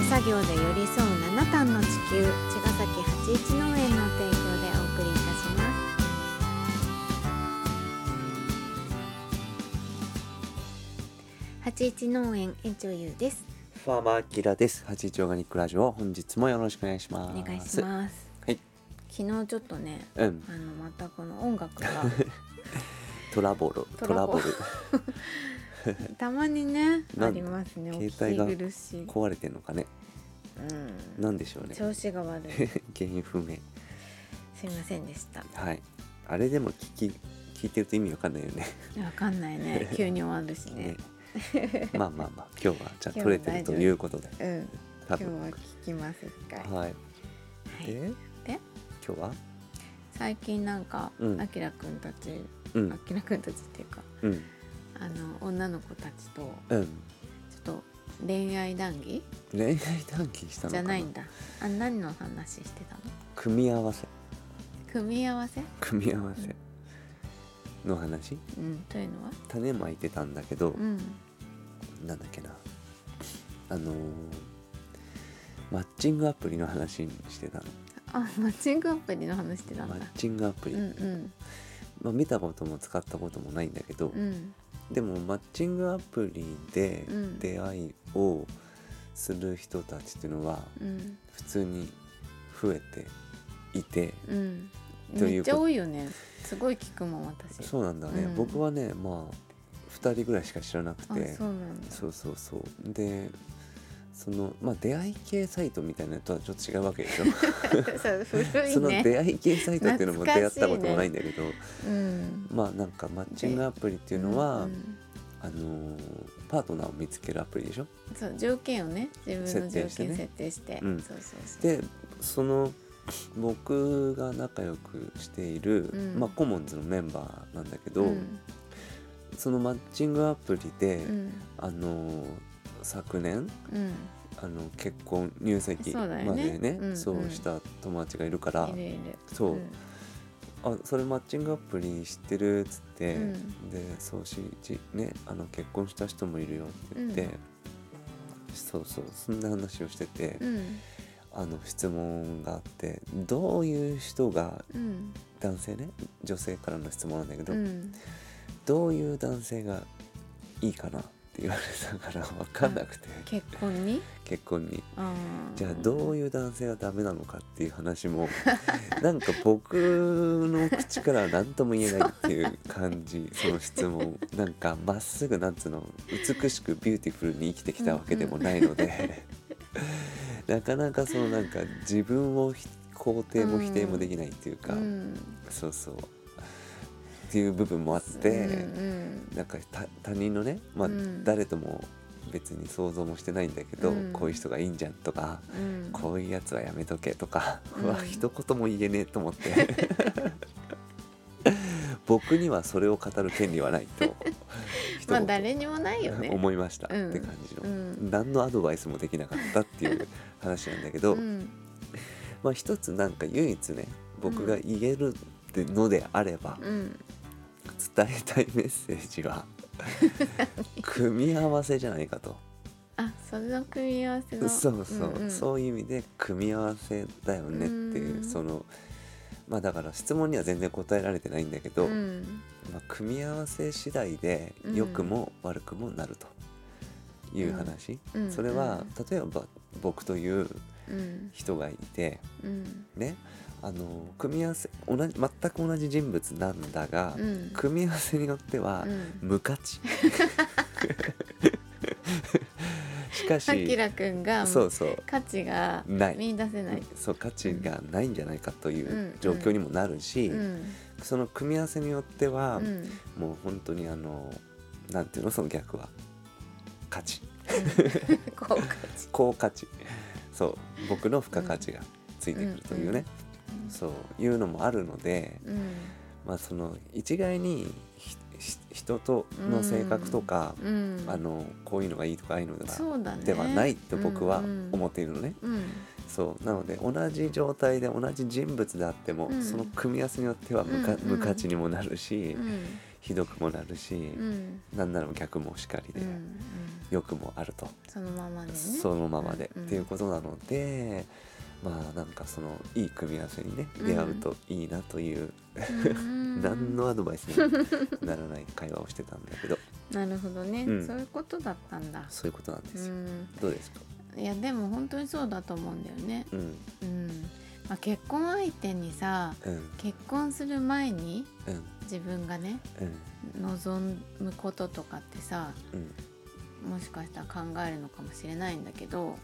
作業で寄り添う7単の地球、茅ヶ崎八一農園の提供でお送りいたします。八一農園園長ゆうです。 ファーマーキラです。八一オーガニックラジオ、本日もよろしくお願いします。 お願いします。 はい。 昨日ちょっとね、またこの音楽がトラブルたまにねありますね。 携帯が壊れてんのかね。なんでしょうね。 調子が悪い。 原因不明。 すいませんでした。 はい。あれでも聞いてると意味わかんないよね。 わかんないね。急に終わるしね。 まあ今日はじゃあ撮れてるということで。 今日は聞きます一回。 はい。で今日は最近なんかあきらくんたちっていうか、女の子たちとちょっと恋愛談義したのかな。 じゃないんだ。何の話してたの？ 組み合わせの話、 というのは種まいてたんだけど、なんだっけな、マッチングアプリの話にしてたの。 マッチングアプリの話してたんだ。 マッチングアプリ、見たことも使ったこともないんだけど、でもマッチングアプリで出会いをする人たちっていうのは普通に増えていて、 めっちゃ多いよね。すごい聞くもん私。 そうなんだね。僕はね2人ぐらいしか知らなくて。 そうなんだ。 そうで、その出会い系サイトみたいなのとはちょっと違うわけでしょ。 古いね。 その出会い系サイトっていうのも出会ったこともないんだけど、なんかマッチングアプリっていうのは、パートナーを見つけるアプリでしょ。 そう、条件をね、自分の条件設定して、 でその僕が仲良くしている、コモンズのメンバーなんだけど、そのマッチングアプリで、昨年、結婚入籍までね、そうした友達がいるから、それマッチングアプリ知ってるっつって、で結婚した人もいるよって言って、そんな話をしてて、質問があって、どういう人が、男性ね、女性からの質問なんだけど、どういう男性がいいかなって言われたから分かんなくて、結婚にじゃあどういう男性はダメなのかっていう話もなんか僕の口からは何とも言えないっていう感じ。その質問なんかまっすぐ美しくビューティフルに生きてきたわけでもないので、なかなかなんか自分を肯定も否定もできないっていうか、っていう部分もあって、なんか他人のね、誰とも別に想像もしてないんだけど、こういう人がいいんじゃんとか、こういうやつはやめとけとか、一言も言えねえと思って僕にはそれを語る権利はないと誰にもないよね思いました、って感じの、何のアドバイスもできなかったっていう話なんだけど、一つなんか唯一ね、僕が言えるのであれば、伝えたいメッセージは組み合わせじゃないかと。 その組み合わせのそういう意味で組み合わせだよねっていう、だから質問には全然答えられてないんだけど、組み合わせ次第で良くも悪くもなるという話、それは例えば僕という人がいて、ね、組み合わせ全く同じ人物なんだが、組み合わせによっては無価値しかしあきらくんが価値が見出せない、 価値がないんじゃないかという状況にもなるし、その組み合わせによっては、もう本当になんていうの、その逆は価値、高価値、僕の付加価値がついてくるというね、そういうのもあるので、その一概に人との性格とか、こういうのがいいとかああいうのではないと僕は思っているのね。なので同じ状態で同じ人物であっても、その組み合わせによっては無価値にもなるし、ひどくもなるし、なんなら逆もしかりで、 欲もあると、 そのままでね、 そのままで、っていうことなので、まあなんかそのいい組み合わせにね出会うといいなという、何のアドバイスにもならない会話をしてたんだけどなるほどね、そういうことだったんだ。 そういうことなんですよ。どうですか？ いやでも本当にそうだと思うんだよね。まあ、結婚相手にさ、結婚する前に、自分がね、望むこととかってさ、もしかしたら考えるのかもしれないんだけど、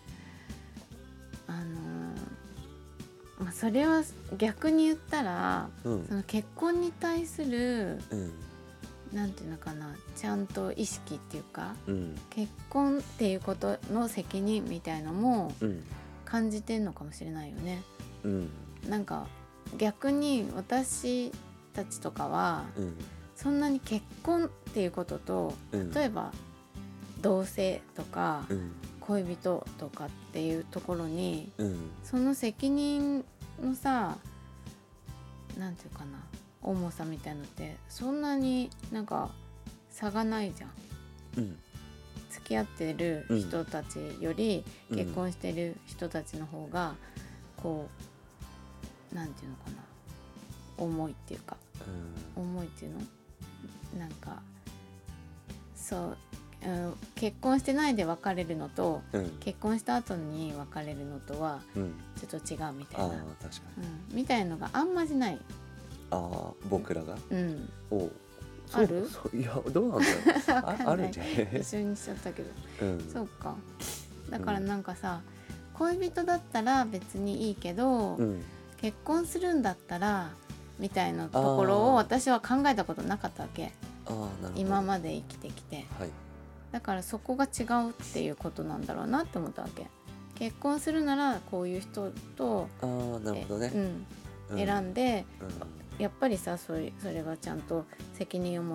まあ、それは逆に言ったら、その結婚に対する、なんていうのかな、ちゃんと意識っていうか、結婚っていうことの責任みたいのも感じてんのかもしれないよね。なんか逆に私たちとかは、そんなに結婚っていうことと、例えば同性とか、恋人とかっていうところに、その責任のさ、なんていうかな、重さみたいのってそんなになんか差がないじゃん。付き合ってる人たちより、結婚してる人たちの方がこう、なんていうのかな、重いっていうか、重いっていうの、なんかそう、結婚してないで別れるのと、結婚した後に別れるのとはちょっと違うみたいな、みたいのがあんまりない。 僕らが、 ある？ いやどうなんだよあるんじゃない？ 一緒にしちゃったけど、そうか。だからなんかさ、恋人だったら別にいいけど、結婚するんだったらみたいなところを私は考えたことなかったわけ。今まで生きてきて、だからそこが違うっていうことなんだろうなって思ったわけ。結婚するならこういう人となるほどね、 選んで、やっぱりさ、それがちゃんと責任を持って、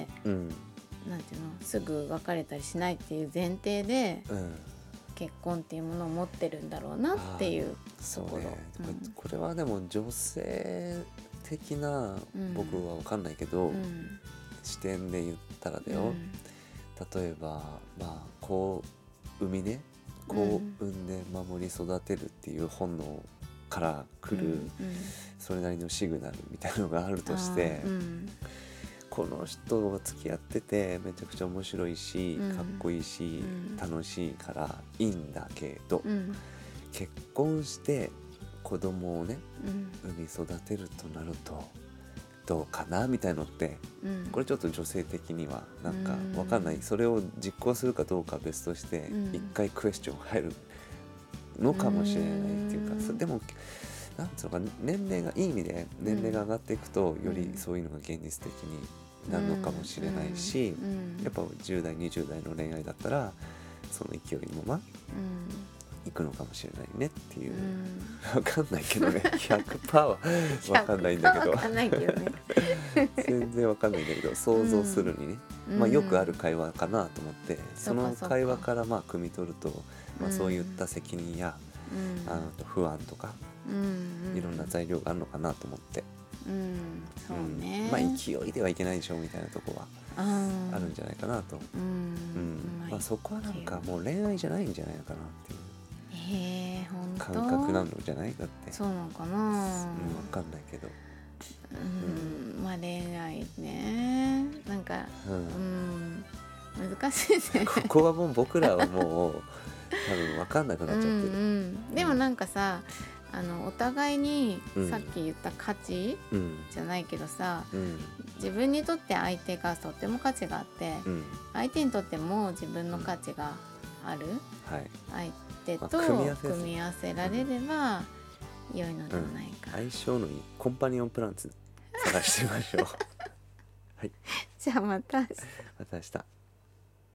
なんていうの、すぐ別れたりしないっていう前提で、結婚っていうものを持ってるんだろうなっていうところ。 これはでも女性的な、僕は分かんないけど、視点で言ったらだよ、例えばまあ子産みね、子を産んで守り育てるっていう本能から来る、それなりのシグナルみたいなのがあるとして、この人が付き合っててめちゃくちゃ面白いし、かっこいいし、楽しいからいいんだけど、結婚して子供をね、産み育てるとなるとどうかなみたいのって、これちょっと女性的にはなんか分かんない、それを実行するかどうかは別として一回クエスチョン入るのかもしれないっていうか、でもなんつうのか、年齢がいい意味で年齢が上がっていくと、よりそういうのが現実的になるのかもしれないし、やっぱ10代20代の恋愛だったらその勢いのまま行くのかもしれないねっていう、分かんないけどね100% は分かんないんだけど全然分かんないんだけど、想像するにね、まあ、よくある会話かなと思って、その会話からまあ汲み取ると、まあ、そういった責任や、不安とか、いろんな材料があるのかなと思って、 そうね、 まあ勢いではいけないでしょみたいなとこはあるんじゃないかなと、まあ、そこはなんかもう恋愛じゃないんじゃないのかなっていう感覚なのじゃない？だってそうなのかな、 分かんないけど、 まあ恋愛ね、なんか難しいねここはもう僕らはもう多分分かんなくなっちゃってる。 でもなんかさ、お互いにさっき言った価値じゃないけどさ、自分にとって相手がとっても価値があって、相手にとっても自分の価値がある、相手と組み合わせられれば良いのではないか、 相性のいいコンパニオンプランツ探してみましょうはい、 じゃあまた明日。